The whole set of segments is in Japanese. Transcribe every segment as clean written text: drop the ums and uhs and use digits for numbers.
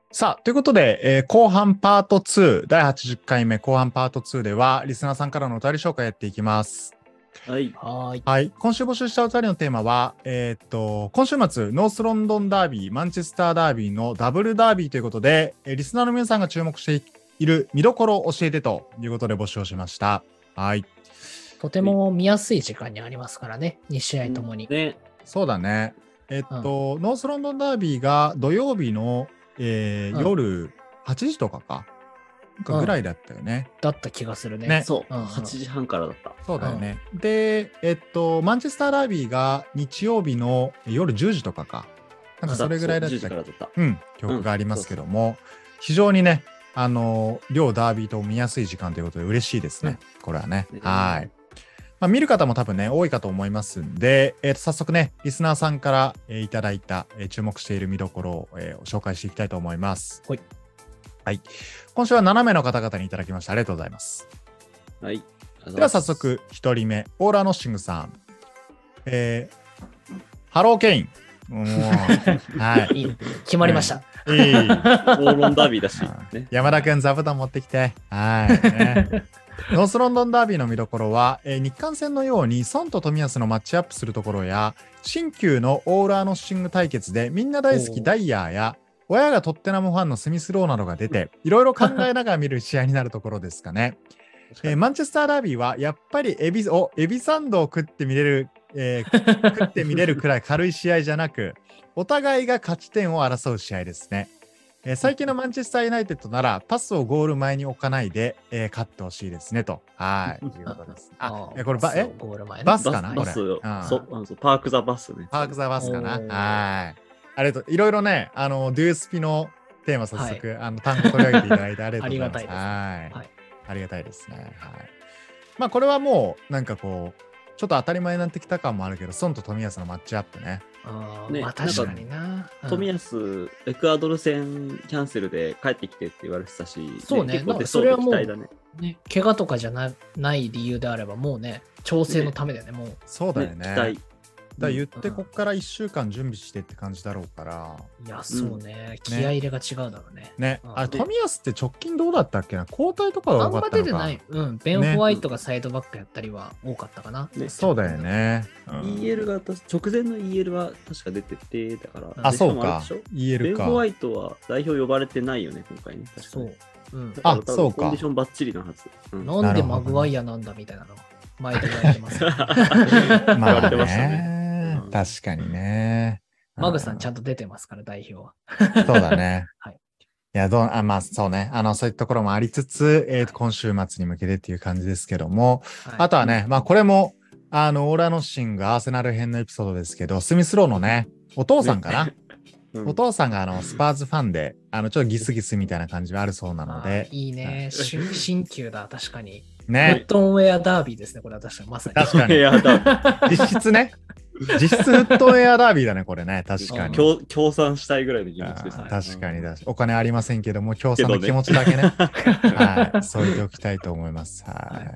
さあ、ということで、後半パート2、第80回目後半パート2では、リスナーさんからのお便り紹介やっていきます。 はい。 はい。今週募集したお便りのテーマは、今週末、ノースロンドンダービー、マンチェスターダービーのダブルダービーということで、リスナーの皆さんが注目している見どころを教えてということで募集をしました。はい。 とても見やすい時間にありますからね、2試合ともに。 ね。 そうだね。ノースロンドンダービーが土曜日の、夜8時とかか。ぐらいだったよね。 だった気がするね。 ねそう、8時半からだった。 そうだよね。で、マンチェスターダービーが日曜日の夜10時とかか。なんかそれぐらいだった。 10時からだった。 記憶がありますけども、非常にね、両ダービーと見やすい時間ということで嬉しいですね。これはね。はい。まあ、見る方も多分ね、多いかと思いますんで、早速ね、リスナーさんから、いただいた、注目している見どころを、紹介していきたいと思います。 はい。 はい。今週は7名の方々にいただきました。ありがとうございます。 はい。 では早速、1人目、オーラ・ノッシングさん。ハロー・ケイン。 はい。決まりました。 オーロンダービーだし。 ね、山田くん、座布団持ってきて。はい。ねノースロンドンダービーの見どころは、日韓戦のように孫と冨安のマッチアップするところや、新旧のオーラーノッシング対決でみんな大好きダイヤーや、親がトッテナムファンのスミスローなどが出て、いろいろ考えながら見る試合になるところですかね。マンチェスターダービーはやっぱりエビサンドを食って見れるくらい軽い試合じゃなく、お互いが勝ち点を争う試合ですね。最近のマンチェスターユナイテッドならパスをゴール前に置かないで、勝ってほしいですねと。はい。いうことです。これバスかなこれ。 パークザバスね。 パークザバスかな。はい。ありがとう。いろいろね、デュースピのテーマ早速、単語取り上げていただいてありがとうございます。はい。ありがたいですね。はい。まあこれはもうなんかこうちょっと当たり前になってきた感もあるけど、孫と冨安のマッチアップね。 まあ確かにな。 冨安、エクアドル戦キャンセルで帰ってきてって言われてたし、 そうね。それはもうね、怪我とかじゃない理由であればもうね、調整のためだよね、もう。 そうだよね。 期待。 だ言ってこっから1週間準備してって感じだろうから。 いや、そうね。気合入れが違うだろうね。 ね。冨安って直近どうだったっけな、交代とかが多かったのか。 あんま出てない。ベン・ホワイトがサイドバックやったりは多かったかな。 そうだよね。 EL が、直前の EL は確か出てて、だから。 あ、そうか。EL か。 ベン・ホワイトは代表呼ばれてないよね、今回ね。 そう。 あ、そうか。 コンディションバッチリなはず。 なんでマグワイアなんだみたいなの前で言われてます。 まあね。確かにね。 マグさんちゃんと出てますから、代表は。 そうだね。 はい。 いや、まあそうね。そういうところもありつつ、今週末に向けてっていう感じですけども、あとはね、まあこれも、オーラ・ノッシング、アーセナル編のエピソードですけど、スミスローのね、お父さんかな。お父さんがスパーズファンで、ちょっとギスギスみたいな感じはあるそうなので。 いいね。新旧だ、確かに。 ね。 フットンウェアダービーですね、これは確かに。まさに。 確かに。実質ね。実質フットウェアダービーだね、これね。確かに。 協賛したいぐらいの気持ちですね。 確かに。お金ありませんけども、協賛の気持ちだけね。はい。添えておきたいと思います。はい。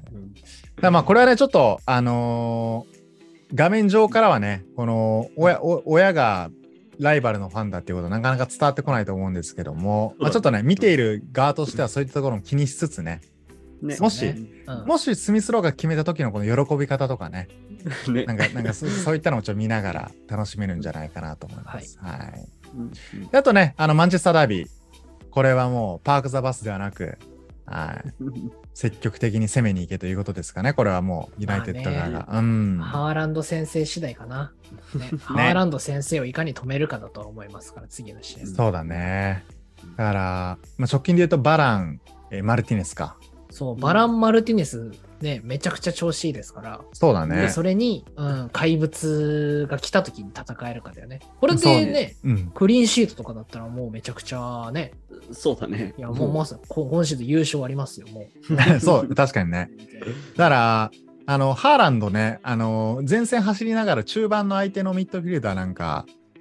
まあ、これはね、ちょっと、画面上からはね、この、親が、ライバルのファンだっていうことはなかなか伝わってこないと思うんですけども、まあ、ちょっとね、見ている側としてはそういったところも気にしつつね、もしスミスローが決めた時のこの喜び方とかね、なんかそういったのをちょっと見ながら楽しめるんじゃないかなと思います。はい。あとね、マンチェスターダービー、これはもうパークザバスではなく、はい、積極的に攻めに行けということですかね。これはもうユナイテッド側が。 ハーランド先生次第かな。ハーランド先生をいかに止めるかだと思いますから、次の試合。 そうだね。だから、直近で言うとバラン、マルティネスか。 そう、バラン・マルティネスね、めちゃくちゃ調子いいですから。 そうだね。 それに、怪物が来た時に戦えるかだよね。これでね、クリーンシートとかだったらもうめちゃくちゃね。 そうだね。 いや、もうまさに今シーズン優勝ありますよ、もう。そう、確かにね。だから、ハーランドね、前線走りながら中盤の相手のミッドフィルダーなんか、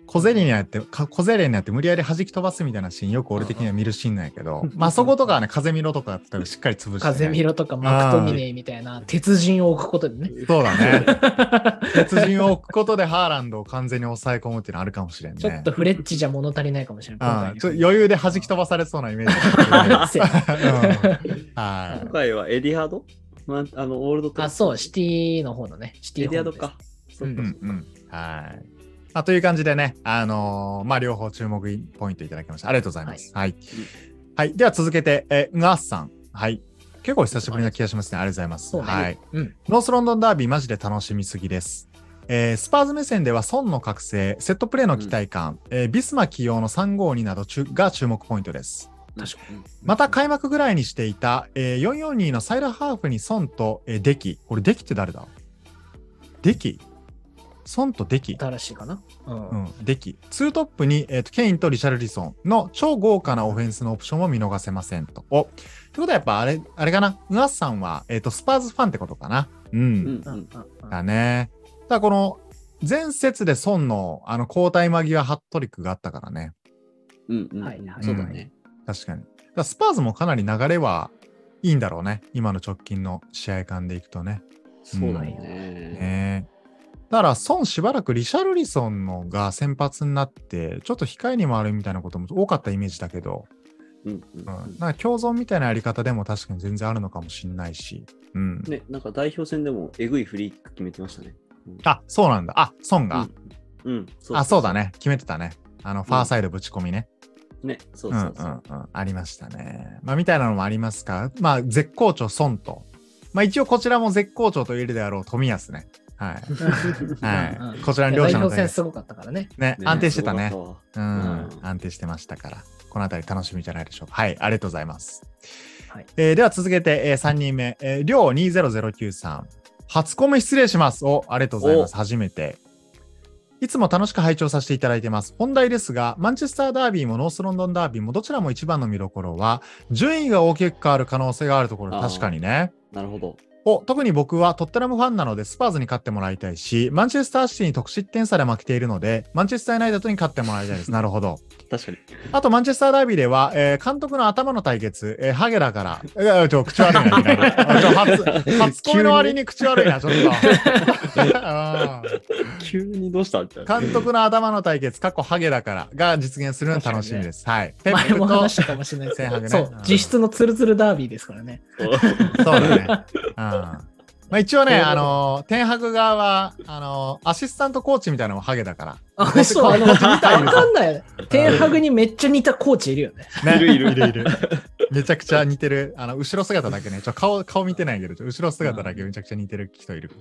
小競りになって無理やり弾き飛ばすみたいなシーンよく俺的には見るシーンなんやけど、まあそことかはね、風見ろとか多分しっかり潰して、ね、 風見ろとかマクトミネーみたいな鉄人を置くことでね。 そうだね。鉄人を置くことでハーランドを完全に抑え込むっていうのあるかもしれんね。 ちょっとフレッチじゃ物足りないかもしれない。 ちょっと余裕で弾き飛ばされそうなイメージ今回はエディハード、オールドあ、そう、シティの方のね。シティエディハードか。 はい。という感じでね、まあ、両方注目ポイントいただきました。ありがとうございます。はい。はい。では続けて、ガースさん。はい。結構久しぶりな気がしますね。ありがとうございます。はい。ノースロンドンダービーマジで楽しみすぎです。スパーズ目線では孫の覚醒、セットプレーの期待感、ビスマ起用の352などが注目ポイントです。 確かに。 また開幕ぐらいにしていた、442のサイドハーフに孫と、デキ。これデキって誰だ？デキ？孫とデキ。 新しいかな？ デキ。ツートップに、ケインとリシャルリソンの超豪華なオフェンスのオプションも見逃せませんと。ということはやっぱあれかな？ウアスさんは、スパーズファンってことかな？だね。だこの前節で孫の交代間際ハットリックがあったからね。 そうだね。 確かに。スパーズもかなり流れはいいんだろうね。今の直近の試合間でいくとね。 そうだよね。 だから孫しばらくリシャルリソンのが先発になってちょっと控えに回るみたいなことも多かったイメージだけど、なんか共存みたいなやり方でも確かに全然あるのかもしれないし、 ね、なんか代表戦でもえぐいフリーキック決めてましたね。 あ、そうなんだ。あ、孫が、そうだね、決めてたね。ファーサイドぶち込みね。 ね、 ありましたね。まあみたいなのもありますか。まあ絶好調孫と、まあ一応こちらも絶好調と言えるであろう冨安ね。はい。こちらの両者の代表戦すごかったからね。 ね、安定してたね。安定してましたから、このあたり楽しみじゃないでしょうか。はい、ありがとうございます。では続けて、3人目、りょう2009さん。初コメ失礼します。ありがとうございます。初めて。いつも楽しく拝聴させていただいています。本題ですが、マンチェスターダービーもノースロンドンダービーもどちらも一番の見どころは、順位が大きく変わる可能性があるところ、確かにね。 なるほど。 特に僕はトッテナムファンなのでスパーズに勝ってもらいたいし、マンチェスターシティに得失点差で負けているので、マンチェスターユナイテッドに勝ってもらいたいです。なるほど。 確かに。 あと、マンチェスターダービーでは、監督の頭の対決、ハゲだから、口悪いな、いきなり。初恋の割に口悪いな、ちょっと。 急にどうしたみたいな。 監督の頭の対決、ハゲだからが実現するの楽しみです。はい。 前も話したかもしれないですね。そう、実質のツルツルダービーですからね。 そうだね。まあ、一応ね、テンハグ側は、アシスタントコーチみたいなのもハゲだから。 そう、わかんないよね。テンハグにめっちゃ似たコーチいるよね。 いる。めちゃくちゃ似てる。後ろ姿だけね、顔見てないけど、後ろ姿だけめちゃくちゃ似てる人いるから。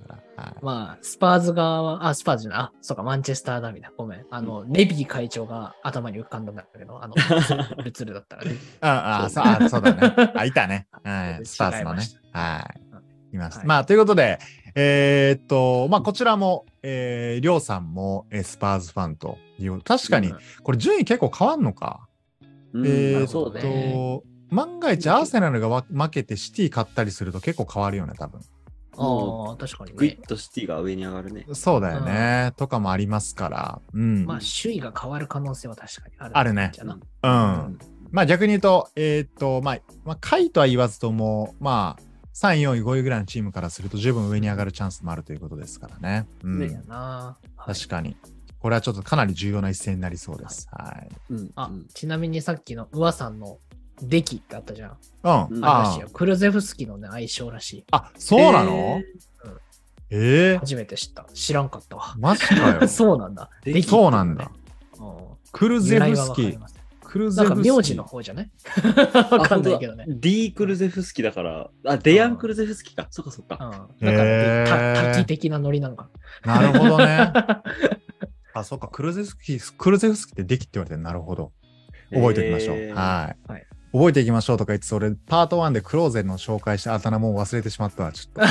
まあ、スパーズ側は、スパーズじゃない、そうか、マンチェスターダービーだ。ごめん。レビー会長が頭に浮かんだんだけど、ルツルだったらね。 そうだね。いたね。スパーズのね。はい。いました。まあ、ということで、まあ、こちらも、りょうさんも、スパーズファンという。確かに、これ順位結構変わんのか。 そうね。 万が一アーセナルが負けてシティ勝ったりすると結構変わるよね、多分。 確かにね。 グイッとシティが上に上がるね。 そうだよね。とかもありますから。 まあ、首位が変わる可能性は確かにある。 あるね。まあ、逆に言うと、まあ、下位とは言わずとも、まあ、3位、4位、5位ぐらいのチームからすると十分上に上がるチャンスもあるということですからね。確かに。これはちょっとかなり重要な一戦になりそうです。 ちなみにさっきのウワさんのデキってあったじゃん。クルゼフスキのね、相性らしい。 あ、そうなの？ 初めて知った。知らんかったわ。 マジかよ。 そうなんだ。 そうなんだ。クルゼフスキ。 なんか名字の方じゃない？わかんないけどね。 D クルゼフスキだから、デヤンクルゼフスキか。そっか。 だから滝的なノリなのか。 なるほどね。そっか、クルゼフスキってデキって言われてる。なるほど。覚えておきましょう。はい。覚えていきましょうとか言って、それ、パート1でクローゼンの紹介したあだ名も忘れてしまったわ、ちょっと。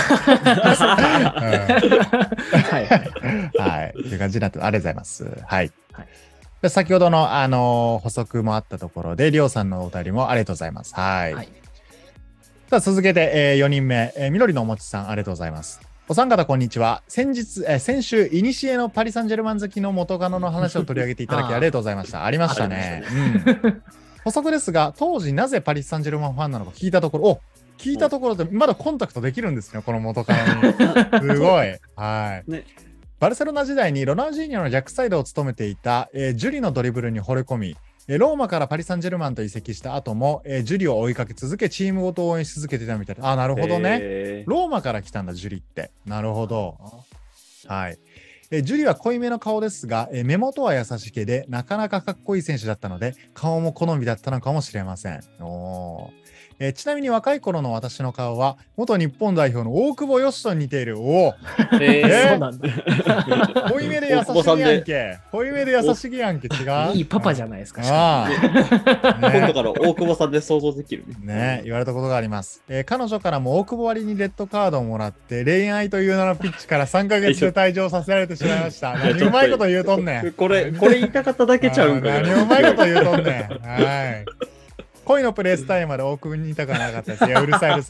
はい。という感じになって、ありがとうございます。はい。先ほどの、補足もあったところで、りょうさんのお便りもありがとうございます。はい。さあ、続けて、4人目、みどりのおもちさん、ありがとうございます。 お三方こんにちは。先週、いにしえのパリ・サンジェルマン好きの元カノの話を取り上げていただきありがとうございました。ありましたね。補足ですが、当時なぜパリ・サンジェルマンファンなのか聞いたところ、でまだコンタクトできるんですよ、この元カノに。すごい。はい。ね、バルセロナ時代にロナウジーニョの逆サイドを務めていた、ジュリのドリブルに惚れ込み、ローマからパリ・サンジェルマンと移籍した後も、ジュリを追いかけ続け、チームごと応援し続けてたみたいな。なるほどね。ローマから来たんだ、ジュリって。なるほど。はい。ジュリは濃いめの顔ですが、目元は優しげで、なかなかかっこいい選手だったので、顔も好みだったのかもしれません。ちなみに若い頃の私の顔は、元日本代表の大久保嘉人に似ている。 そうなんだ。 濃いめで優しげやんけ。濃いめで優しげやんけ。違う？ いいパパじゃないですか。 今度から大久保さんで想像できるね。言われたことがあります。彼女からも大久保割にレッドカードをもらって、恋愛という名のピッチから3ヶ月で退場させられてしまいました。何うまいこと言うとんねん。 これ言いたかっただけちゃうんかよ。 何うまいこと言うとんねん。はい。恋のプレイスタイルまで大久保に似たかなかったです。いや、うるさい。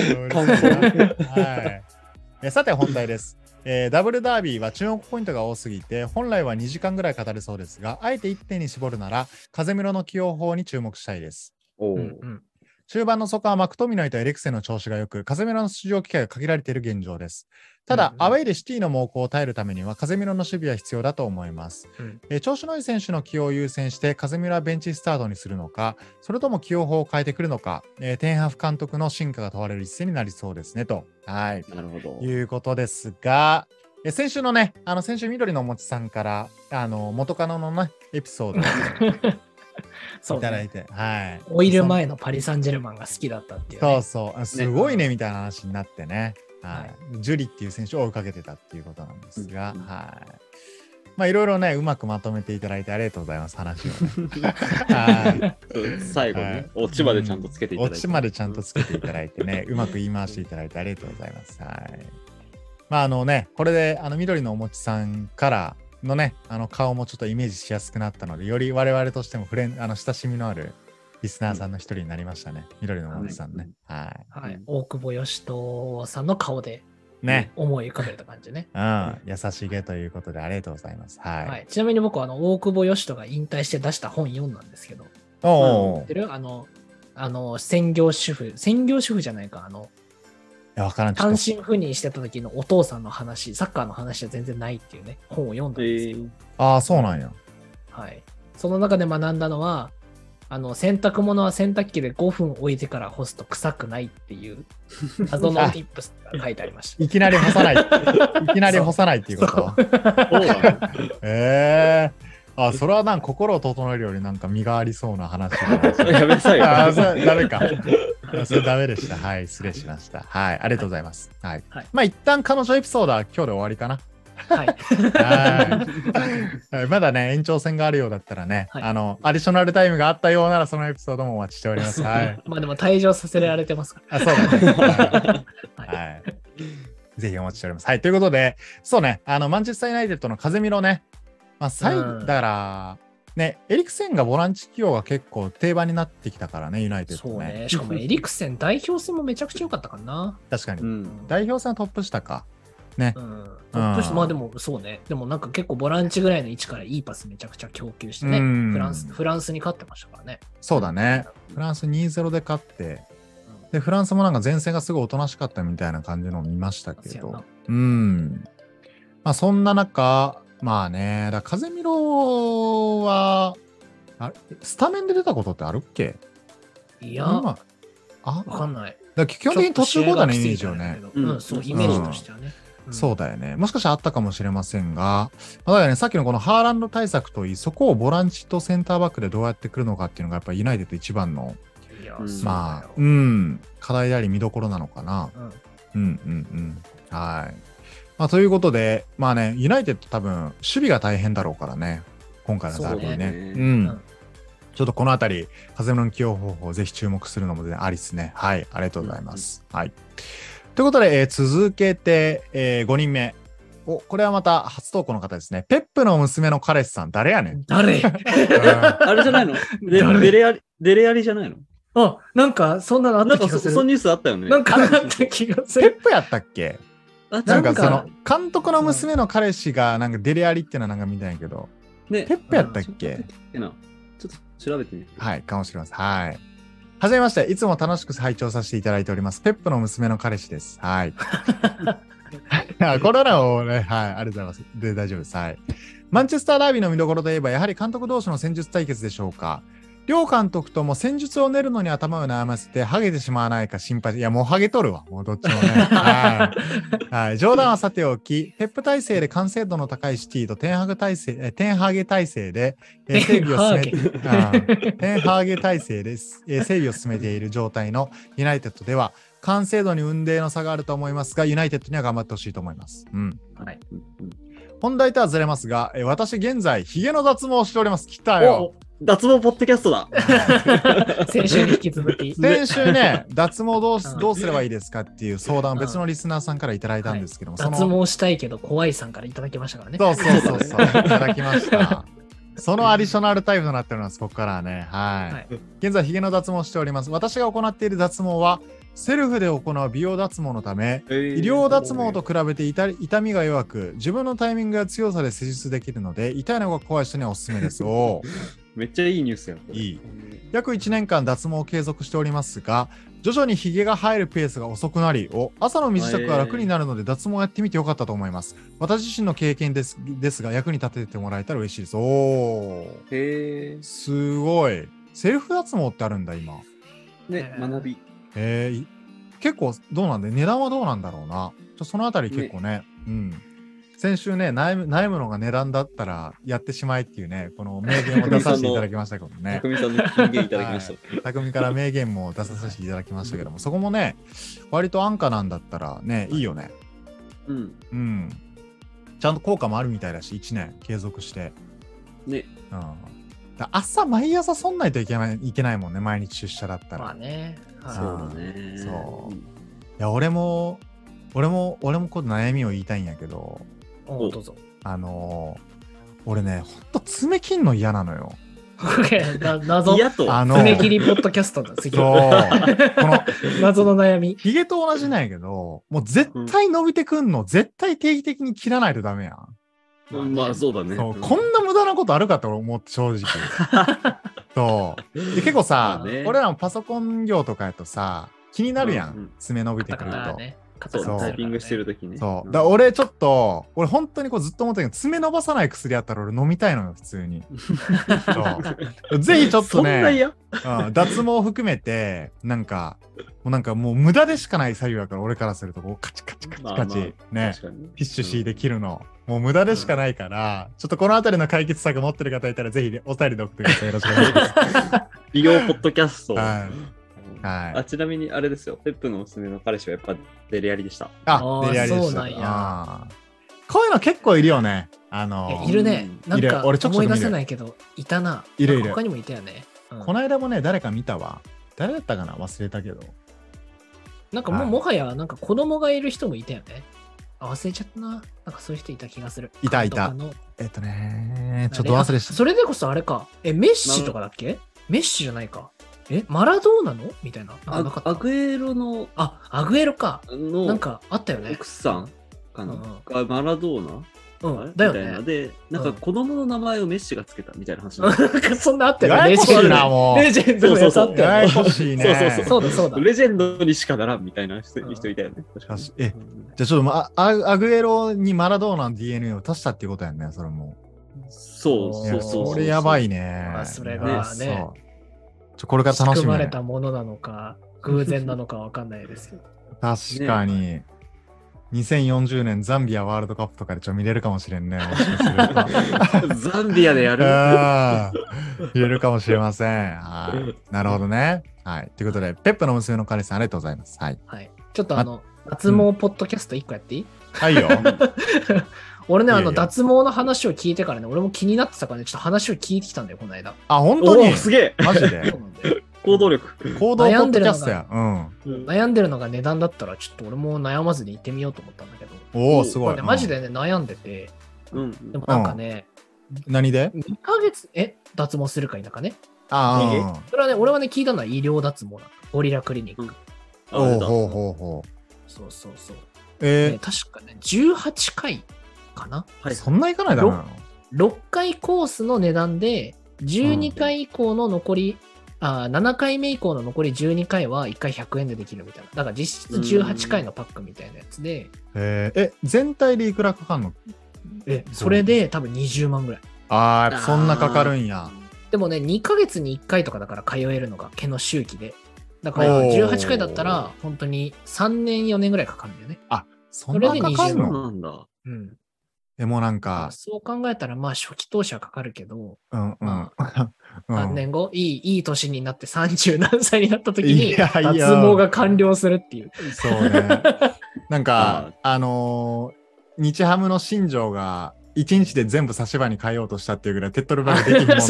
はい。さて本題です。ダブルダービーは注目ポイントが多すぎて、本来は2時間ぐらい語れそうですが、あえて1点に絞るなら、風見ろの起用法に注目したいです。中盤の底はマクトミノイとエリクセンの調子が良く、風見ろの出場機会が限られている現状です。ただ、アウェイでシティの猛攻を耐えるためには、風見ろの守備は必要だと思います。調子のいい選手の起用を優先して、風見ろはベンチスタートにするのか、それとも起用法を変えてくるのか、テンハフ監督の進化が問われる一戦になりそうですね、と。はい。なるほど。いうことですが、先週のね、先週緑のおもちさんから、元カノのね、エピソードをいただいて、はい。 オイル前のパリ・サンジェルマンが好きだったっていう、ね。 そうすごいね、みたいな話になってね。はい、ジュリっていう選手を追いかけてたっていうことなんですが、はい。まあいろいろね、うまくまとめていただいてありがとうございます、話を、ね。はい。 最後ね、オチまでちゃんとつけていただいて。 オチまでちゃんとつけていただいてね、うまく言い回していただいてありがとうございます。はい。まあこれで緑のおもちさんからのね、顔もちょっとイメージしやすくなったので、より我々としても親しみのあるリスナーさんの一人になりましたね。緑のおもちさんね。はい。 大久保嘉人さんの顔でね、 思い浮かべた感じね。 優しげということでありがとうございます。はい。 ちなみに僕は大久保嘉人が引退して出した本読んだんですけど。知ってる？専業主婦じゃないか。 わからん。 単身赴任してた時のお父さんの話、サッカーの話は全然ないっていうね、本を読んだんですよ。 そうなんや。 はい。その中で学んだのは、洗濯物は洗濯機で5分置いてから干すと臭くないっていう謎のティップスが書いてありました。 いきなり干さない。いきなり干さないっていうこと？それは心を整えるより身がありそうな話だな。 やめなさいよ。 ダメか。それダメでした。はい、失礼しました。はい、ありがとうございます。はい。まあ一旦彼女エピソードは今日で終わりかな。はい。まだね、延長戦があるようだったらね、アディショナルタイムがあったようならそのエピソードもお待ちしております。はい。 まあでも退場させられてますから。 そうだね。はい。ぜひお待ちしております。はい。ということで、そうね、マンチェスターユナイテッドの風見ろね、だからね、エリクセンがボランチ起用が結構定番になってきたからね、ユナイテッドね。 そうね。しかもエリクセン代表戦もめちゃくちゃ良かったからな。 確かに。代表戦はトップ下か。ね。 トップ下、まあでもそうね。でも結構ボランチぐらいの位置からいいパスめちゃくちゃ供給してね。フランスに勝ってましたからね。 そうだね。フランス 2-0 で勝って、で、フランスも前線がすごいおとなしかったみたいな感じのを見ましたけど。まあそんな中、まあね、風見ろは、スタメンで出たことってあるっけ？ いや、わかんない。 基本的に途中交代のイメージよね。 そう、イメージとしてはね。 そうだよね。もしかしたらあったかもしれませんが、だからね、さっきのこのハーランド対策といい、そこをボランチとセンターバックでどうやってくるのかっていうのが、やっぱりユナイテッド一番の、まあ、課題であり見どころなのかな。はい。まあ、ということで、まあね、ユナイテッド多分、守備が大変だろうからね、今回のダービーね。ちょっとこのあたり、風見ろの起用方法をぜひ注目するのもありですね。はい、ありがとうございます。はい。ということで、続けて、5人目。これはまた初投稿の方ですね。ペップの娘の彼氏さん、誰やねん。 誰あれじゃないの？デレアリじゃないの？ そんなのあった気がする。 そのニュースあったよね。 あった気がする。ペップやったっけ？ なんかその監督の娘の彼氏がなんかデレアリっていうのはなんか見たんやけど、 ね、 ペップやったっけ？ ちょっと調べてみて。 はい、かもしれません。はい。はじめまして、いつも楽しく拝聴させていただいております。ペップの娘の彼氏です。はい。これらをね、はい、ありがとうございます。で、大丈夫です。はい。マンチェスターダービーの見どころといえば、やはり監督同士の戦術対決でしょうか。両監督とも戦術を練るのに頭を悩ませて、ハゲてしまわないか心配。いや、もうハゲとるわ。もうどっちもね。はい。はい。冗談はさておき、ペップ体制で完成度の高いシティとテンハゲ体制で、整備を進めて、テンハゲ体制で、整備を進めている状態のユナイテッドでは、完成度に雲泥の差があると思いますが、ユナイテッドには頑張ってほしいと思います。うん。 はい。 本題とはずれますが、私現在、ヒゲの脱毛をしております。来たよ。 脱毛ポッドキャストだ。 先週に引き続き。 先週ね、脱毛どうすればいいですかっていう相談を別のリスナーさんからいただいたんですけども、 脱毛したいけど怖いさんからいただきましたからね。 そう。いただきました。そのアディショナルタイプとなっております、ここからはね。はい。現在、ヒゲの脱毛をしております。私が行っている脱毛は、セルフで行う美容脱毛のため、医療脱毛と比べて痛みが弱く、自分のタイミングや強さで施術できるので、痛いのが怖い人にはおすすめです。 めっちゃいいニュースやん。 いい。約1年間脱毛を継続しておりますが、徐々にヒゲが生えるペースが遅くなり、朝の身支度が楽になるので脱毛をやってみてよかったと思います。私自身の経験ですが、役に立ててもらえたら嬉しいです。 へー。 すごい。セルフ脱毛ってあるんだ、今。 ね、学び。 結構どうなんで、値段はどうなんだろうな。そのあたり結構ね、うん。先週ね、悩むのが値段だったらやってしまえっていうね、この名言を出させていただきましたけどね。 匠さんの金言いただきました。 匠から名言も出させていただきましたけども、そこもね、割と安価なんだったらね、いいよね。 うん。 うん。ちゃんと効果もあるみたいだし、1年継続して。 ね。 うん。毎朝そんないといけないもんね、毎日出社だったら。 まあね。 そうだね。 そう。いや、俺もこの悩みを言いたいんやけど、 どうぞ。 俺ね、ほんと爪切んの嫌なのよ。 謎。爪切りポッドキャストだ、次。そう。この謎の悩み。 ヒゲと同じなんやけど、もう絶対伸びてくんの、絶対定期的に切らないとダメやん。 まあそうだね。 こんな無駄なことあるかと思って、正直。そう。で結構さ、俺らもパソコン業とかやとさ、気になるやん、爪伸びてくると。 そう、タイピングしてるときね。 そう。だから俺本当にずっと思ったけど、爪伸ばさない薬やったら俺飲みたいのよ、普通に。そう。ぜひちょっとね、脱毛含めて、なんかもう無駄でしかない作業やから、俺からすると、カチカチ、ね、ピッシュシーで切るの。もう無駄でしかないから、ちょっとこのあたりの解決策持ってる方いたら、ぜひお便りで送ってください。よろしくお願いします。 美容ポッドキャスト。ちなみにあれですよ、ペップの娘の彼氏はやっぱデレアリでした。 デレアリでした。そうなんや。こういうの結構いるよね。 いるね。なんか思い出せないけど、いたな。 いる。 他にもいたよね。 この間もね、誰か見たわ。誰だったかな、忘れたけど。 なんかもはや、なんか子供がいる人もいたよね。忘れちゃったな。なんかそういう人いた気がする。 いた。ちょっと忘れした。 それでこそあれか。メッシとかだっけ？メッシじゃないか。マラドーナのみたいな。 アグエロの。 アグエロか。なんかあったよね。 奥さんかな。マラドーナだよね。 で、なんか子供の名前をメッシがつけたみたいな話。 そんなあったよね。レジェンドのやつあったよね。 ややこしいね。 そうだ。 レジェンドにしかならんみたいな人いたよね。 じゃあちょっとアグエロにマラドーナの DNA を足したっていうことやんね、それも。 そう。 それやばいね。 それがね。 これから楽しみ。 仕組まれたものなのか、偶然なのかわかんないですけど。 確かに。2040年ザンビアワールドカップとかで見れるかもしれんね。もしかするとザンビアでやる見れるかもしれません。はい。なるほどね。はい。ということで、ペップの娘の彼氏さんありがとうございます。はい。 ちょっと脱毛ポッドキャスト1個やっていい？ はいよ。 俺ね、脱毛の話を聞いてからね、俺も気になってたからね、ちょっと話を聞いてきたんだよ、この間。 本当に？ すげえマジで行動力。 行動ポッドキャストや。 悩んでるのが値段だったら、ちょっと俺も悩まずに行ってみようと思ったんだけど。すごい。 マジでね、悩んでて。でもなんかね。 何で ?2 ヶ月、脱毛するか否かね。 それはね、俺はね、聞いたのは医療脱毛だ。ゴリラクリニック。 ほう。 そう。 確かね、18回かな、 はい、そんないかないだろうなの。 6回コースの値段で、12回以降の残り、7回目以降の残り12回は1回100円でできるみたいな。だから実質18回のパックみたいなやつで。 全体でいくらかかんの？ それで多分20万ぐらい。 やっぱそんなかかるんや。 でもね、2ヶ月に1回とかだから通えるのが毛の周期で。だから18回だったら本当に3年4年ぐらいかかるんだよね。 そんなかかるの？ そうなんだ。 うん。 でもなんかそう考えたらまあ初期投資はかかるけど、 何年後いい年になって30何歳になった時に脱毛が完了するっていう。 そうね。なんか日ハムの新庄が1日で全部差し歯に変えようとしたっていうぐらい手っ取り早くできるもん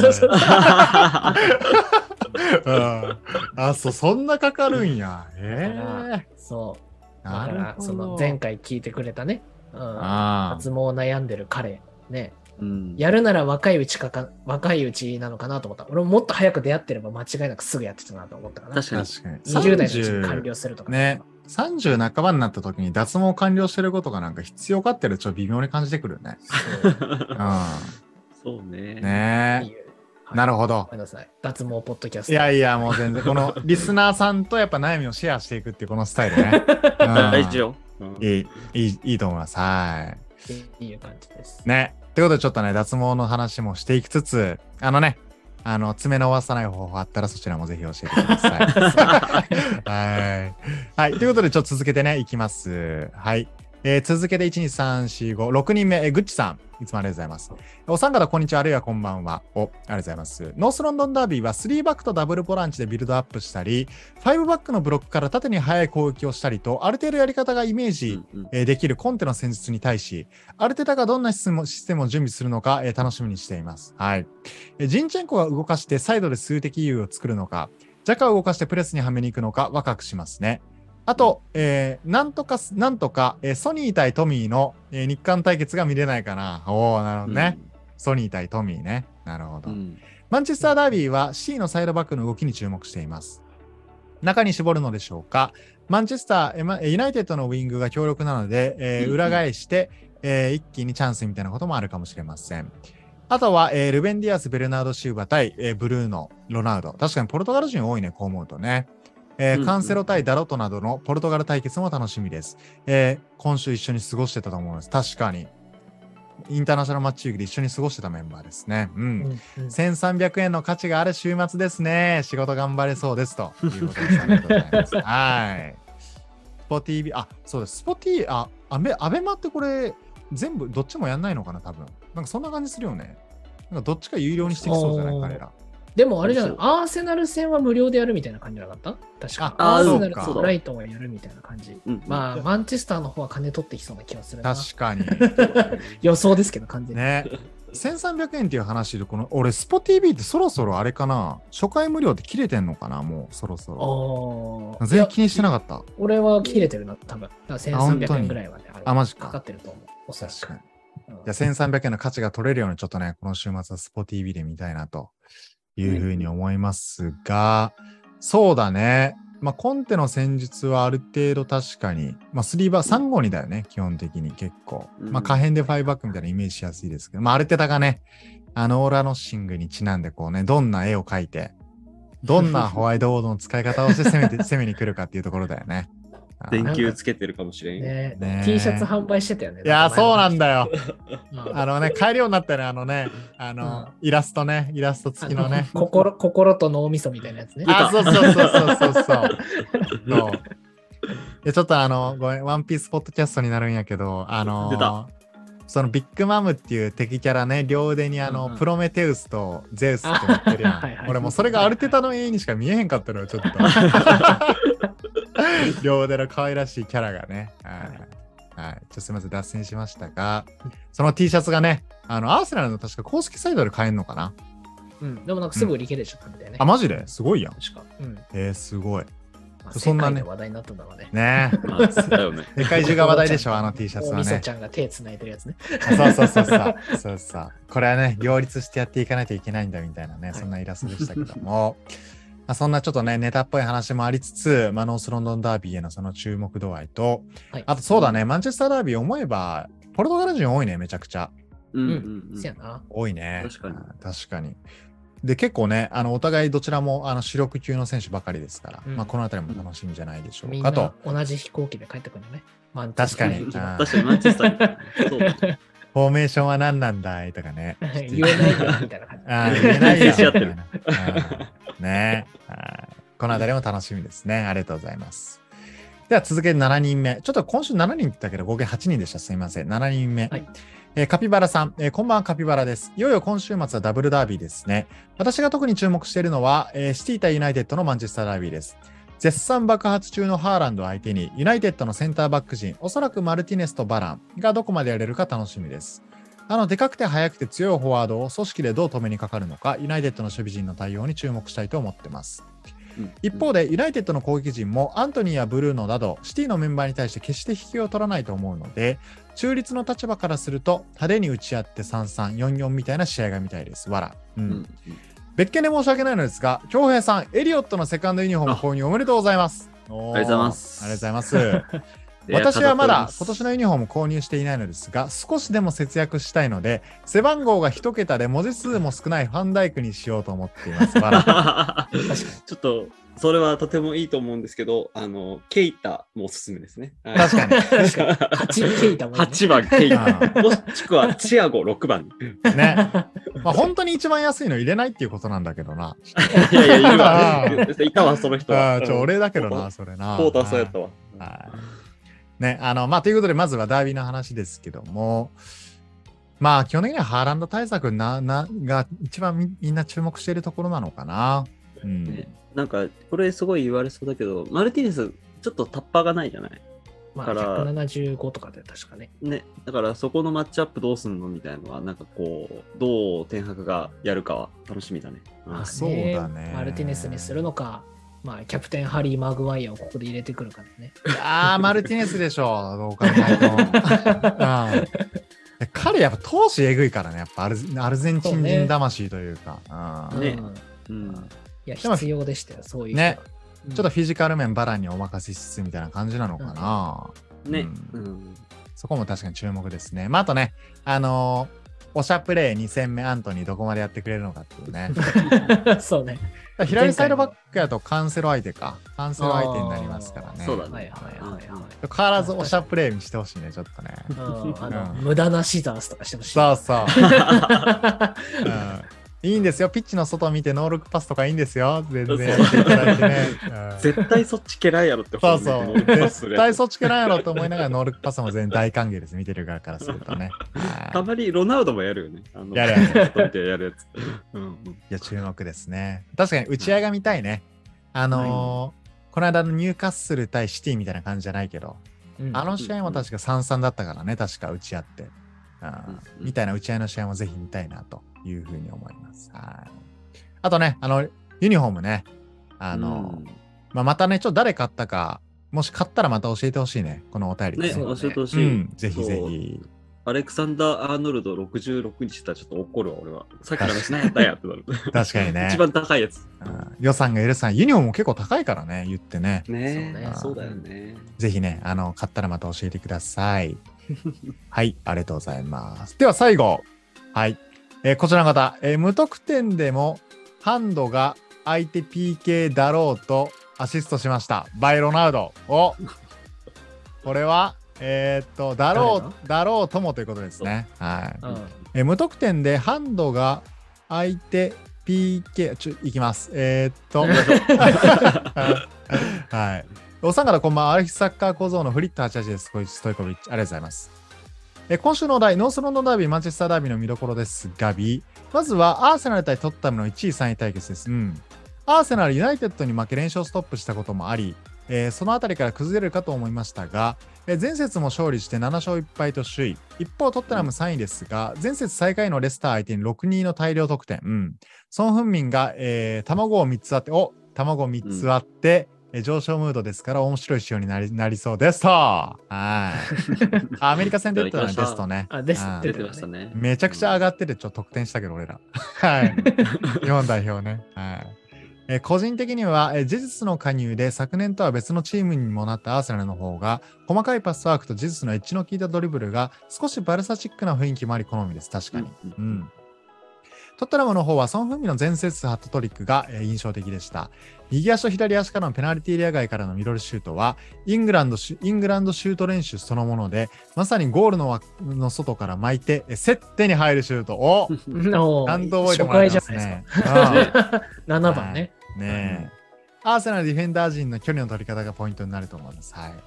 だね。そんなかかるんや。 そう。だからその前回聞いてくれたね。脱毛悩んでる彼ね、やるなら若いうちなのかなと思った。俺ももっと早く出会ってれば間違いなくすぐやってたなと思ったから。 確かに 20代のうちに完了するとかね。30半ばになった時に脱毛完了してることがなんか必要かってちょっと微妙に感じてくるね。 そうね。 なるほど。 ごめんなさい。脱毛ポッドキャスト。 いやもう全然このリスナーさんとやっぱ悩みをシェアしていくっていうこのスタイルね。 大事よ。 いいと思います。はい。 いい感じです。 ね。ということでちょっとね、脱毛の話もしていきつつ、爪の合わさない方法あったらそちらもぜひ教えてください。はい。ということでちょっと続けてね、いきます。はい。続けて1、2、3、4、5、6人目、グッチさん。いつもありがとうございます。お三方、こんにちは、あるいはこんばんは。ありがとうございます。ノースロンドンダービーは3バックとダブルボランチでビルドアップしたり、5バックのブロックから縦に速い攻撃をしたりと、ある程度やり方がイメージできるコンテの戦術に対し、アルテタがどんなシステムを準備するのか楽しみにしています。はい。ジンチェンコが動かしてサイドで数的優位を作るのか、ジャカを動かしてプレスにはめに行くのか、ワクワクしますね。あと、なんとか、ソニー対トミーの、日韓対決が見れないかな。なるほどね。ソニー対トミーね。なるほど。マンチェスターダービーは C のサイドバックの動きに注目しています。中に絞るのでしょうか。マンチェスター、ユナイテッドのウィングが強力なので、裏返して、一気にチャンスみたいなこともあるかもしれません。あとは、ルベン・ディアス・ベルナード・シューバ対、ブルーノ・ロナウド。確かにポルトガル人多いね、こう思うとね。カンセロ対ダロトなどのポルトガル対決も楽しみです。今週一緒に過ごしてたと思います。確かに。インターナショナルマッチウィークで一緒に過ごしてたメンバーですね。1300円の価値がある週末ですね。仕事頑張れそうです。ということです。ありがとうございます。はい。スポ TV、そうです。スポ TV、アベマってこれ、全部、どっちもやんないのかな、多分。なんかそんな感じするよね。なんかどっちか有料にしてきそうじゃない、彼ら。 でもあれじゃない、アーセナル戦は無料でやるみたいな感じじゃなかった確か。アーセナルとブライトンはやるみたいな感じ。まあ、マンチェスターの方は金取ってきそうな気がするな。 確かに。 予想ですけど、完全に。 ね。1300円っていう話で、俺、スポ TV ってそろそろあれかな、初回無料って切れてんのかな、もうそろそろ。全然気にしてなかった。 俺は切れてるな、多分。1300円ぐらいはね、 マジか。 かかってると思う。おそらく。 じゃあ1300円の価値が取れるように、ちょっとね、この週末はスポ TV で見たいなというふうに思いますが、そうだね。コンテの戦術はある程度確かに、352だよね、基本的に結構。可変で5バックみたいなイメージしやすいですけど、アルテタがね、オーラノッシングにちなんでこうね、どんな絵を描いて、どんなホワイトボードの使い方をして攻めに来るかっていうところだよね。 電球つけてるかもしれん。 ね、T シャツ販売してたよね。 いや、そうなんだよ。買えるようになったね、イラスト付きのね。 心と脳みそみたいなやつね。 そう。ちょっとごめん、ワンピースポッドキャストになるんやけど、そのビッグマムっていう敵キャラね、両腕にプロメテウスとゼウスって乗ってるやん。俺もうそれがアルテタの絵にしか見えへんかったのよ、ちょっと。両腕の可愛らしいキャラがね。はい。すみません、脱線しましたが、その T シャツがね、アーセナルの確か公式サイトで買えるのかな。 でもなんかすぐ売り切れちゃったみたいね。 マジですごいやん。 確か。 すごい。 そんなね。話題になったんだろうね。 ね世界中が話題でしょ、T シャツはね。 みそちゃんが手つないでるやつね。 そう。これはね、両立してやっていかないといけないんだみたいなね、そんなイラストでしたけども。 そんなちょっとね、ネタっぽい話もありつつ、ノースロンドンダービーへのその注目度合いと、はい、あとそうだね、マンチェスターダービー思えば、ポルトガル人多いね、めちゃくちゃ。 そうやな。 多いね。 確かに。 確かに。で、結構ね、お互いどちらも主力級の選手ばかりですから、このあたりも楽しいんじゃないでしょうかと。 みんな同じ飛行機で帰ってくるのね。 確かに。 確かに、マンチェスターそうだね。 フォーメーションは何なんだいとかね。 言えないよみたいな感じ。 言えないよみたいな。ね。このあたりも楽しみですね。ありがとうございます。では続けて7人目。ちょっと今週7人って言ったけど合計8人でした。すみません。7人目。はい、カピバラさん、こんばんはカピバラです。いよいよ今週末はダブルダービーですね。私が特に注目しているのは、シティ対ユナイテッドのマンチェスターダービーです。絶賛爆発中のハーランドを相手にユナイテッドのセンターバック陣、おそらくマルティネスとバランがどこまでやれるか楽しみです。でかくて速くて強いフォワードを組織でどう止めにかかるのか、ユナイテッドの守備陣の対応に注目したいと思っています。一方でユナイテッドの攻撃陣もアントニーやブルーノなどシティのメンバーに対して決して引きを取らないと思うので、中立の立場からすると派手に打ち合って 3-3、4-4 みたいな試合が見たいです。わら。別件で申し訳ないのですが、恭平さん、エリオットのセカンドユニフォーム購入おめでとうございます。 ありがとうございます。 ありがとうございます。私はまだ今年のユニフォーム購入していないのですが、少しでも節約したいので、背番号が1桁で文字数も少ないファンダイクにしようと思っています。 ちょっとそれはとてもいいと思うんですけど、ケイタもおすすめですね。 確かに。 8ケイタも、ね。 8番ケイタ。もしくはチアゴ6番。 ね。本当に一番安いの入れないっていうことなんだけどな。 いやいや、いるわ。いたわ、その人は。 俺だけどな、それな。 ポーターそうやったわ。 ね、ということで、まずはダービーの話ですけども、基本的にはハーランド対策が一番みんな注目しているところなのかな。 なんか、これすごい言われそうだけど、マルティネス、ちょっとタッパーがないじゃない。 175とかで確かね。 ね、だからそこのマッチアップどうすんのみたいなのは、なんかこう、どうテンハグがやるかは楽しみだね。 そうだね。 マルティネスにするのか。キャプテンハリー・マグワイアをここで入れてくるからね。 マルティネスでしょ、どう考えても。彼やっぱ闘志えぐいからね、やっぱアルゼンチン人魂というか。 いや、必要でしたよ、そういうね。ちょっとフィジカル面バランにお任せしつつみたいな感じなのかな。そこも確かに注目ですね。あとね、おしゃプレイ2戦目アントニーどこまでやってくれるのかっていうね。 そうね。 左サイドバックやとカンセロ相手か。カンセロ相手になりますからね。 そうだね。 変わらずおしゃプレイにしてほしいね、ちょっとね。 無駄なシザースとかしてほしい。 そうそう。いいんですよ。ピッチの外見てノールックパスとかいいんですよ。全然やっていただいてね。 絶対そっち蹴らんやろって。 そうそう。絶対そっち蹴らんやろと思いながらノールックパスも全然大歓迎です。見てる側からするとね。 たまにロナウドもやるよね。 やるやるやつ。 いや、注目ですね。確かに打ち合いが見たいね。この間のニューカッスル対シティみたいな感じじゃないけど、あの試合も確か 3-3 だったからね。確か打ち合って。みたいな打ち合いの試合もぜひ見たいなというふうに思います。あとね、ユニフォームね、またね、ちょっと誰買ったか、もし買ったらまた教えてほしいね、このお便りで、 ね。教えてほしい。 ぜひぜひ。 アレクサンダー・アーノルド66にしたらちょっと怒るわ、俺は。さっきからしないやったやってなる。 確かにね。 一番高いやつ。 予算が許さん。ユニフォームも結構高いからね、言ってね。 そうだよね。 ぜひね、買ったらまた教えてください。はい、ありがとうございます。では最後。はい。こちらの方、無得点でもハンドが相手 PK だろうとアシストしました。バイロナウド。これは、だろうともということですね。はい。無得点でハンドが相手 PK、いきます。はい。お三方こんばんは。アルヒサッカー小僧のフリット88です。ストイコビッチ。ありがとうございます。今週のお題、ノースロンドンダービー、マンチェスターダービーの見どころですが、まずはアーセナル対トッタムの1位3位対決です。アーセナル、ユナイテッドに負け連勝ストップしたこともあり、そのあたりから崩れるかと思いましたが、前節も勝利して7勝1敗と首位。一方、トッテナム3位ですが、前節最下位のレスター相手に 6-2 の大量得点。ソン・フンミンが、卵3つあって、上昇ムードですから面白い仕様になりそうですと。アメリカ戦出てたのですとね。 出てましたね。 めちゃくちゃ上がっててちょっと得点したけど俺ら。はい。日本代表ね。はい。 個人的には、ジェズスの加入で昨年とは別のチームにもなったアーセナルの方が、細かいパスワークとジェズスのエッジの効いたドリブルが少しバルサチックな雰囲気もあり好みです。確かに。トッテナムの方はソン・フンミの前節ハットトリックが印象的でした。右足と左足からのペナルティーエリア外からのミドルシュートはイングランドシュート練習そのもので、まさにゴールの外から巻いて競ってに入るシュートを何度覚えてもらいますね。 7番ね。 アーセナルディフェンダー陣の距離の取り方がポイントになると思います。はい。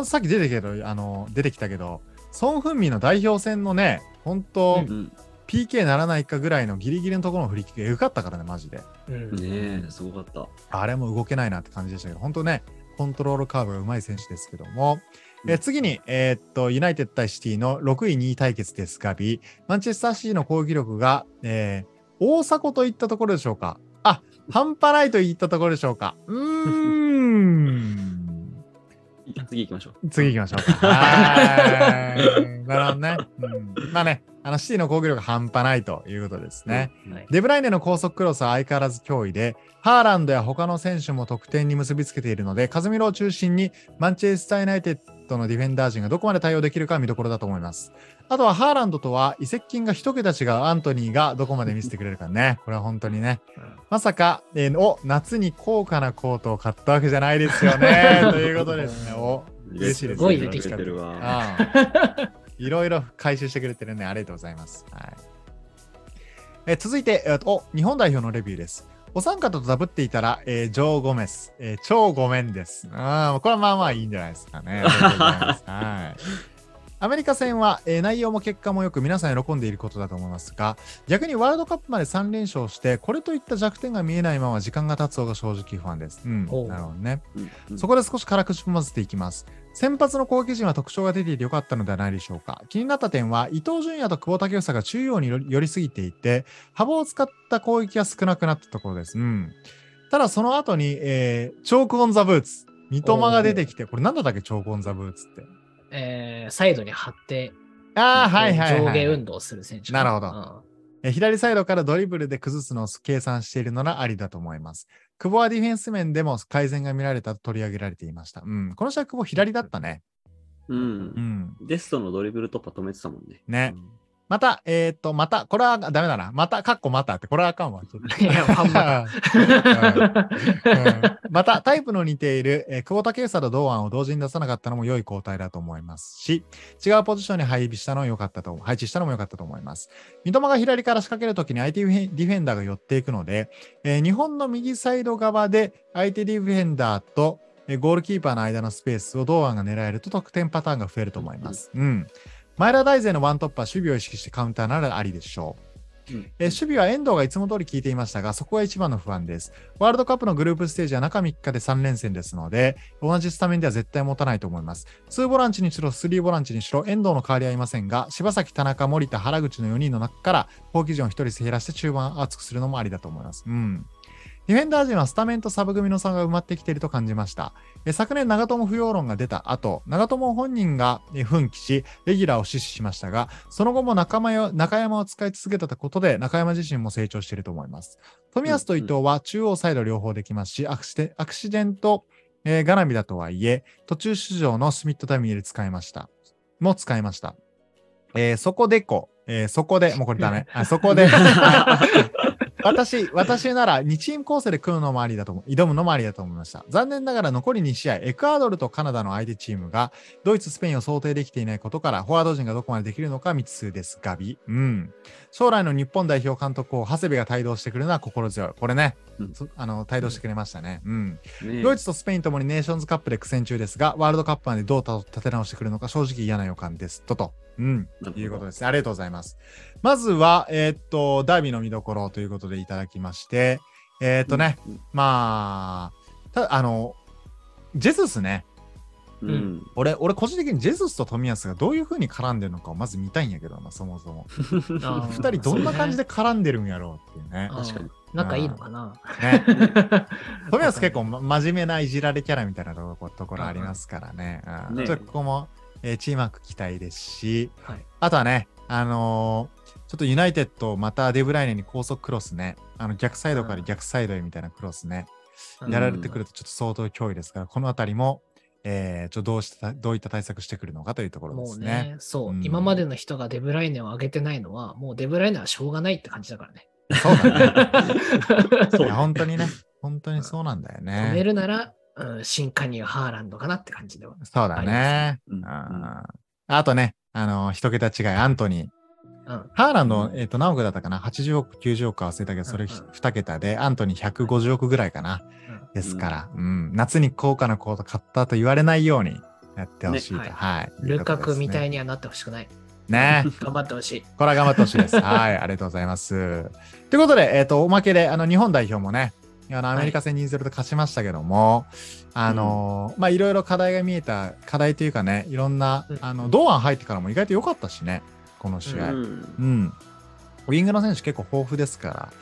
さっき出てきたけど、ソン・フンミの代表戦のね、本当、PK ならないかぐらいのギリギリのところのフリーキックエグかったからね、マジで。 ねえ、すごかった。 あれも動けないなって感じでしたけど、本当ね、コントロールカーブがうまい選手ですけども、次に、ユナイテッド対シティの6位2位対決ですが、マンチェスターシティの攻撃力が、大迫といったところでしょうか。半端ないといったところでしょうか。 次行きましょう。 次行きましょうか。なるほどね。まあね、シティの攻撃力が半端ないということですね。デブライネの高速クロスは相変わらず脅威で、ハーランドや他の選手も得点に結びつけているので、カズミロを中心にマンチェスターユナイテッドのディフェンダー陣がどこまで対応できるか見どころだと思います。あとはハーランドとは移籍金が一桁違うアントニーがどこまで見せてくれるかね。これは本当にね。まさか、夏に高価なコートを買ったわけじゃないですよね。ということですね。嬉しいですね。 すごい出てきてるわ。 いろいろ回収してくれてるね。ありがとうございます。続いて、日本代表のレビューです。お三方とダブっていたら、ジョー・ゴメス、超ごめんです。これはまあまあいいんじゃないですかね。ありがとうございます。アメリカ戦は、内容も結果もよく皆さん喜んでいることだと思いますが、逆にワールドカップまで3連勝して、これといった弱点が見えないまま時間が経つ方が正直不安です。なるほどね。そこで少し辛く混ぜていきます。先発の攻撃陣は特徴が出ていてよかったのではないでしょうか。気になった点は、伊東純也と久保建英が中央に寄りすぎていて、幅を使った攻撃が少なくなったところです。ただその後に、チョークオンザブーツ。三笘が出てきて、これなんだったっけ、チョークオンザブーツって。 サイドに張って、上下運動する選手。 なるほど。左サイドからドリブルで崩すのを計算しているのがありだと思います。久保はディフェンス面でも改善が見られたと取り上げられていました。この試合、久保左だったね。 デストのドリブル突破止めてたもんね。 ね。また、これはダメだな。また、またって、これはあかんわ。 いや、 また、タイプの似ている、久保建英と堂安を同時に出さなかったのも良い交代だと思いますし、違うポジションに配置したのも良かったと思います。三笘が左から仕掛けるときに相手ディフェンダーが寄っていくので、日本の右サイド側で相手ディフェンダーとゴールキーパーの間のスペースを堂安が狙えると得点パターンが増えると思います。前田大然のワントップは守備を意識してカウンターならありでしょう。守備は遠藤がいつも通り効いていましたが、そこが一番の不安です。ワールドカップのグループステージは中3日で3連戦ですので、同じスタメンでは絶対持たないと思います。2ボランチにしろ、3ボランチにしろ、遠藤の代わりはいませんが、柴崎、田中、森田、原口の4人の中から攻撃陣を1人減らして中盤厚くするのもありだと思います。ディフェンダー陣はスタメンとサブ組の差が埋まってきていると感じました。昨年長友不要論が出た後、長友本人が奮起し、レギュラーを死守しましたが、その後も中山を使い続けたことで、中山自身も成長していると思います。冨安と伊藤は中央サイド両方できますし、アクシデント絡みだとはいえ、途中出場のスミットタイムで使いました。そこで、もうこれダメ。そこで、私なら2チーム構成で挑むのもありだと思いました。残念ながら残り2試合、エクアドルとカナダの相手チームがドイツ、スペインを想定できていないことから、フォワード陣がどこまでできるのか未知数です。ガビ。将来の日本代表監督を長谷部が帯同してくるのは心強い。これね、帯同してくれましたね。ドイツとスペインともにネーションズカップで苦戦中ですが、ワールドカップまでどう立て直してくるのか正直嫌な予感です。ということです。ありがとうございます。まずは、ダービーの見どころということでいただきまして、まあ、ジェズスね。俺個人的にジェズスと冨安がどういう風に絡んでるのかをまず見たいんやけどな、そもそも。二人どんな感じで絡んでるんやろうっていうね。 確かに。仲いいのかな。 冨安結構真面目ないじられキャラみたいなところありますからね。ちょっとここも、チームワーク期待ですし、あとはね、ちょっとユナイテッドまたデブライネに高速クロスね、 逆サイドから逆サイドへみたいなクロスね、やられてくるとちょっと相当脅威ですから、このあたりも、どういった対策してくるのかというところですね。もうね、 そう、今までの人がデブライネを上げてないのは、もうデブライネはしょうがないって感じだからね。 そうだね。そう、本当にね、本当にそうなんだよね。 止めるなら、新加入ハーランドかなって感じでは。 そうだね。あとね、一桁違い、アントニー。ハーランド、何億だったかな ?80 億、90億忘れたけど、それ2桁で、アントニー150億ぐらいかな。ですから、夏に高価なコート買ったと言われないようにやってほしいと。はい。 ルカクみたいにはなってほしくない。 ね。 頑張ってほしい。 これは頑張ってほしいです。はい。ありがとうございます。ということで、おまけで、日本代表もね、アメリカ戦 2-0 で勝ちましたけども、いろいろ課題が見えた、課題というかね、いろんな、堂安入ってからも意外と良かったしね、この試合。ウィングの選手結構豊富ですから、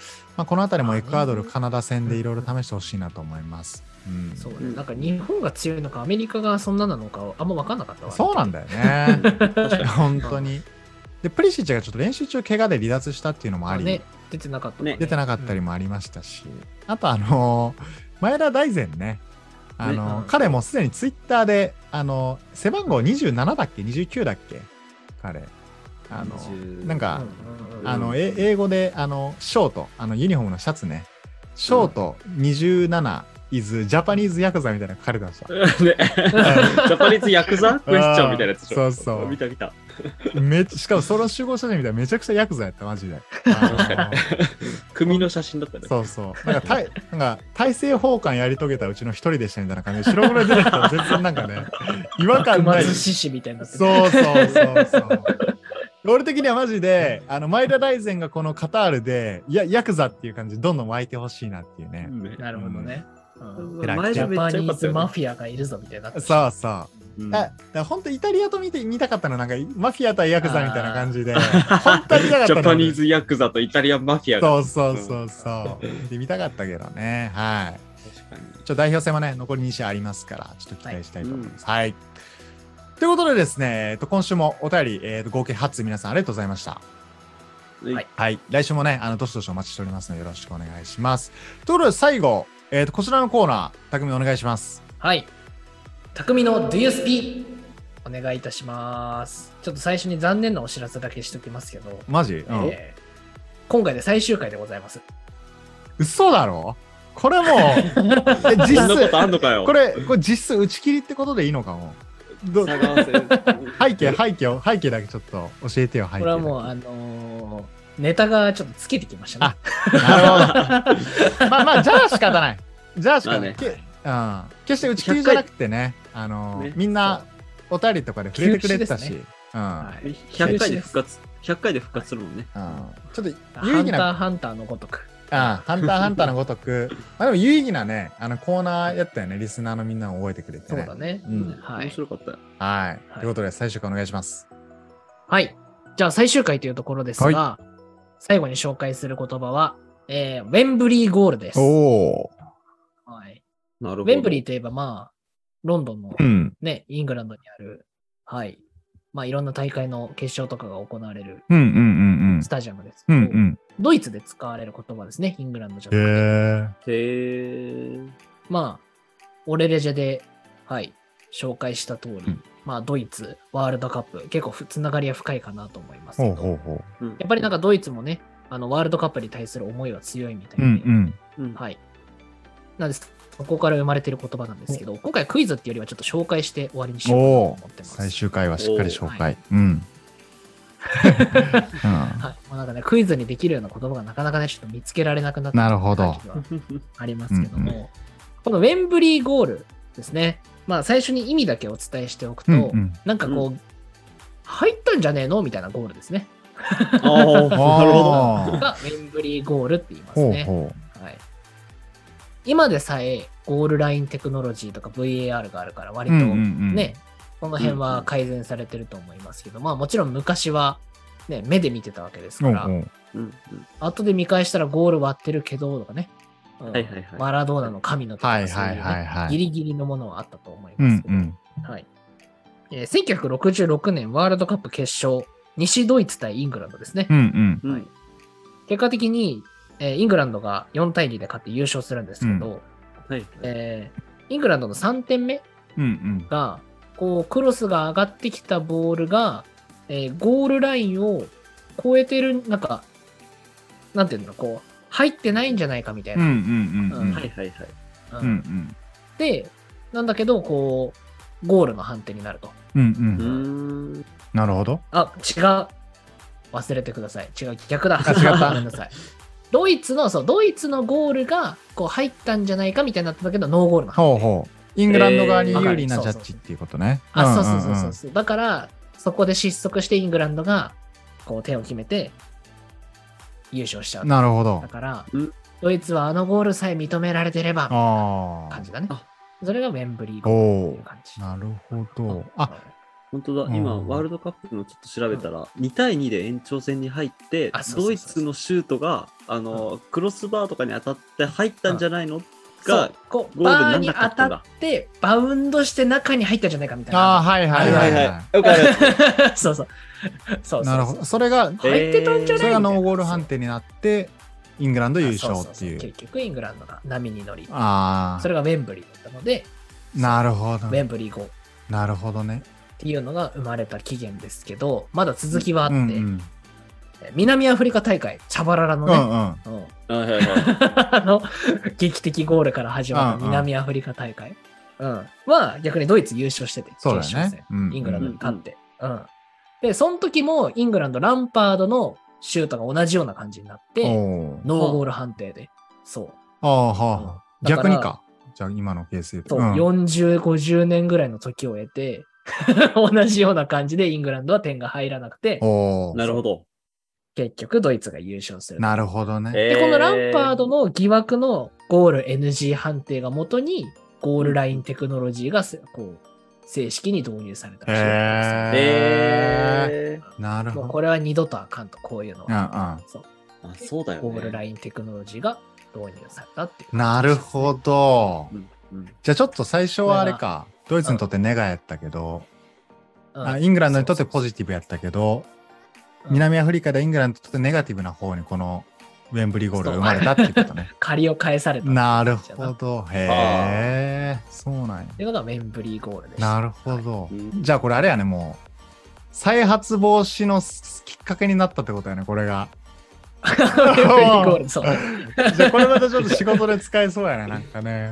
このあたりもエクアドル、カナダ戦でいろいろ試してほしいなと思います。 そうね。なんか日本が強いのか、アメリカがそんななのか、あんま分かんなかったわ。 そうなんだよね。本当に。で、プリシッチがちょっと練習中怪我で離脱したっていうのもあり、 出てなかったね。出てなかったりもありましたし、あと前田大然ね、彼もすでにツイッターで、背番号27だっけ ?29 だっけ彼。なんか、英語で、ショート、ユニフォームのシャツね、ショート27 is ジャパニーズヤクザみたいなの書かれてました。 ジャパニーズヤクザクエスチョンみたいなやつでしょ。 そうそう。 見た。 しかもその集合写真見たらめちゃくちゃヤクザやった、マジで。 組の写真だったね。 そうそう。なんか大政奉還やり遂げたうちの一人でしたみたいな感じで、白黒で出てきたら全然なんかね、違和感ない。 獅子みたいになってる。 そう。俺的にはマジで、前田大然がこのカタールで、ヤクザっていう感じでどんどん湧いてほしいなっていうね。 なるほどね。 ジャパニーズマフィアがいるぞみたいになって。 そうそう。だ本当イタリアと見たかったのなんかマフィア対ヤクザみたいな感じで、本当に見たかったの。 ジャパニーズヤクザとイタリアンマフィアが。そう。で見たかったけどね。はい。確かに。代表戦もね、残り2試合ありますから、ちょっと期待したいと思います。はい。ということでですね、今週もお便り、合計8つ皆さんありがとうございました。はい。来週もね、どしどしお待ちしておりますので、よろしくお願いします。ということで、最後、こちらのコーナー、匠お願いします。 はい。匠の Do You Speak お願いいたします。ちょっと最初に残念なお知らせだけしときますけど。 マジ？ 今回で最終回でございます。 嘘だろ？これもう、 実質、 これ実質打ち切りってことでいいのかも。背景だけちょっと教えてよ。 これはもうネタがちょっとつけてきましたね。 なるほど。まあじゃあ仕方ない。決して打ち切りじゃなくてね、みんなお便りとかで触れてくれてたし、 100回で復活するもんね。 ちょっと有意義なハンターのごとく。 ハンターのごとく、でも有意義なね、コーナーやったよね、リスナーのみんなを覚えてくれてね。 そうだね。 面白かったよ。 はい。ということで、最終回お願いします。 はい。じゃあ、最終回というところですが、最後に紹介する言葉は、ウェンブリーゴールです。はい。 なるほど。 ウェンブリーといえば、ロンドンのね、イングランドにある、はい。いろんな大会の決勝とかが行われるスタジアムです。ドイツで使われる言葉ですね、イングランドじゃなくて。オレレジェで、紹介した通り、ドイツ、ワールドカップ、結構つながりは深いかなと思いますけど、やっぱりなんかドイツもね、ワールドカップに対する思いは強いみたいで、なんです。そこから生まれている言葉なんですけど、今回クイズっていうよりはちょっと紹介して終わりにしようと思ってます。 最終回はしっかり紹介。 なんかね、クイズにできるような言葉がなかなかね、ちょっと見つけられなくなってなるほど。 ありますけども、このウェンブリーゴールですね。最初に意味だけお伝えしておくと、なんかこう、入ったんじゃねえのみたいなゴールですね。なるほど。がウェンブリーゴールって言いますね。今でさえゴールラインテクノロジーとか VAR があるから割とね、この辺は改善されてると思いますけど、もちろん昔はね、目で見てたわけですから、後で見返したらゴール割ってるけどとかね、マラドーナの神のとかそういうギリギリのものはあったと思いますけど、1966年ワールドカップ決勝、西ドイツ対イングランドですね。結果的にイングランドが4対2で勝って優勝するんですけど、イングランドの3点目が、こうクロスが上がってきたボールが、ゴールラインを超えてる、なんか、なんていうの、こう、入ってないんじゃないかみたいな。で、なんだけど、こう、ゴールの判定になると。 なるほど。 あ、違う。忘れてください。違う、逆だ。 違った。 ごめんなさい。ドイツのゴールがこう入ったんじゃないかみたいになったんだけど、ノーゴールの判定。 ほう。イングランド側に有利なジャッジっていうことね。 そう。だから、そこで失速してイングランドがこう点を決めて優勝しちゃう。 なるほど。 だから、ドイツはあのゴールさえ認められてれば、感じだね。それがウェンブリーゴールっていう感じ。 なるほど。 本当だ、今、ワールドカップのちょっと調べたら、2対2で延長戦に入って、ドイツのシュートが、クロスバーとかに当たって入ったんじゃないのが、 こうバーに当たって、バウンドして中に入ったんじゃないかみたいな。 はい。 よくある。 そう。 なるほど。それが、 入ってたんじゃないそれがノーゴール判定になって、イングランド優勝っていう。 結局、イングランドが波に乗り、それがウェンブリーだったので、 なるほど。 ウェンブリーゴール。 なるほどね。 っていうのが生まれた起源ですけど、まだ続きはあって、南アフリカ大会、チャバララのね、劇的ゴールから始まる南アフリカ大会は逆にドイツ優勝してて、 そうだね。 イングランドに勝って。で、その時もイングランド、ランパードのシュートが同じような感じになって、ノーゴール判定で。そう。 逆にか。じゃあ今のケースで。 そう、40、50年ぐらいの時を経て、同じような感じでイングランドは点が入らなくて、 なるほど。 結局ドイツが優勝する。 なるほどね。 で、このランパードの疑惑のゴール NG 判定が元に、ゴールラインテクノロジーがこう正式に導入されたらしいです。なるほど。 これは二度とあかんと、こういうのは。 そうだよね。 ゴールラインテクノロジーが導入されたっていう。 なるほど。じゃあちょっと最初はあれか。ドイツにとってネガやったけど、イングランドにとってポジティブやったけど、南アフリカでイングランドにとってネガティブな方にこのウェンブリーゴールが生まれたっていうことね。 借りを返された。 なるほど。へえ、そうなんや。 っていうのがウェンブリーゴールでした。 なるほど。じゃあこれあれやね、もう、再発防止のきっかけになったってことやね、これが。 ウェンブリーゴール、そう。 じゃあこれまたちょっと仕事で使えそうやな、なんかね。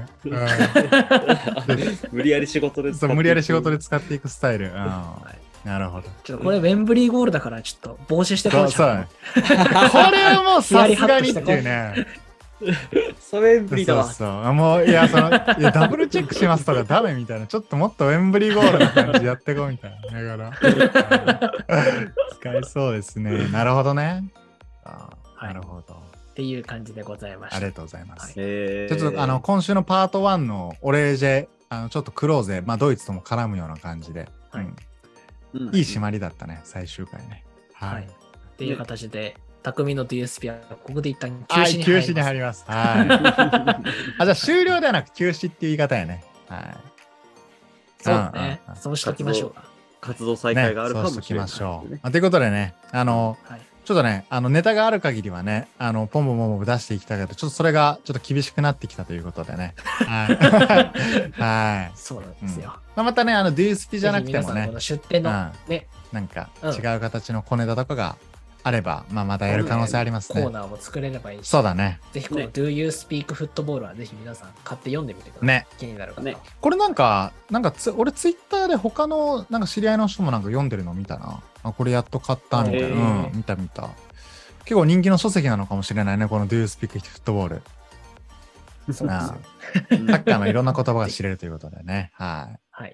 無理やり仕事で使っていくスタイル。なるほど。 ちょっとこれウェンブリーゴールだからちょっと防止してこい。 これはもうさすがにっていうね。 ウェンブリーだわ。 そうもういやダブルチェックしますとかダメみたいな、ちょっともっとウェンブリーゴールな感じやってこうみたいな。だから使えそうですね。なるほどね。なるほど。 っていう感じでございました。 ありがとうございます。ちょっと今週のパート1のオレージェちょっとクローゼ、ドイツとも絡むような感じで。いい締まりだったね、最終回ね。 はい。っていう形で、匠の DSP はここで一旦休止に入ります。はい。じゃあ終了ではなく休止っていう言い方やね。はい。 そうね。そうしときましょうか。 活動再開があるかもしれない。 そうしときましょう。ということでね、ちょっとね、ネタがある限りはね、ポンポンポン出していきたいけど、ちょっとそれがちょっと厳しくなってきたということでね。はい。 そうなんですよ。 またね、DSP じゃなくてもね、 出店のね、 なんか違う形の小ネタとかがあれば、またやる可能性ありますね。 コーナーも作れればいいし。 そうだね。 ぜひこの Do You Speak Football はぜひ皆さん買って読んでみてください。ね。気になる方。 これなんか俺ツイッターで他のなんか知り合いの人もなんか読んでるの見たな。これやっと買ったみたいな。見た。結構人気の書籍なのかもしれないね、この Do You Speak Football。そうですよ。サッカーのいろんな言葉が知れるということでね。はい。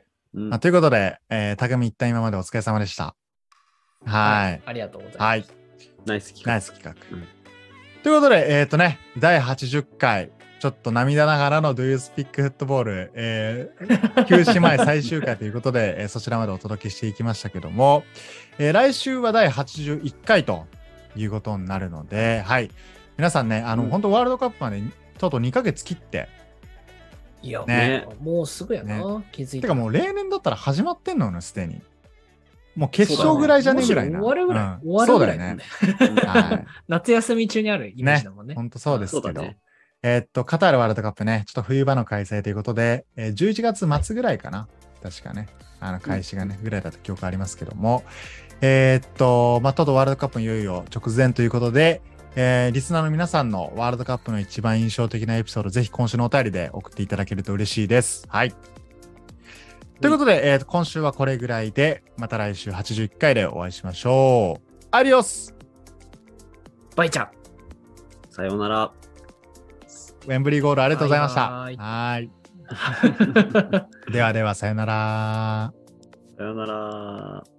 ということで、匠一旦今までお疲れ様でした。はい。 ありがとうございます。 はい。 ナイス企画。 ということで、第80回、ちょっと涙ながらの Do You Speak Football、休止前最終回ということで、そちらまでお届けしていきましたけども、来週は第81回ということになるので、はい。皆さんね、本当ワールドカップまでとうとう2ヶ月切って、 いや、ね、もうすぐやな、気づいて。 てかもう例年だったら始まってんのよね、すでに。 もう決勝ぐらいじゃねえぐらいな。 終わるぐらい。 終わるぐらいね。 夏休み中にあるイメージだもんね。 本当そうですけど。カタールワールドカップね、ちょっと冬場の開催ということで、11月末ぐらいかな。確かね。開始がね、ぐらいだと記憶ありますけども。ワールドカップいよいよ直前ということで、リスナーの皆さんのワールドカップの一番印象的なエピソード、ぜひ今週のお便りで送っていただけると嬉しいです。はい。ということで、今週はこれぐらいで、また来週81回でお会いしましょう。アディオス。 バイチャ。 さようなら。 ウェンブリーゴールありがとうございました。はい。ではでは、さようなら。 さようなら。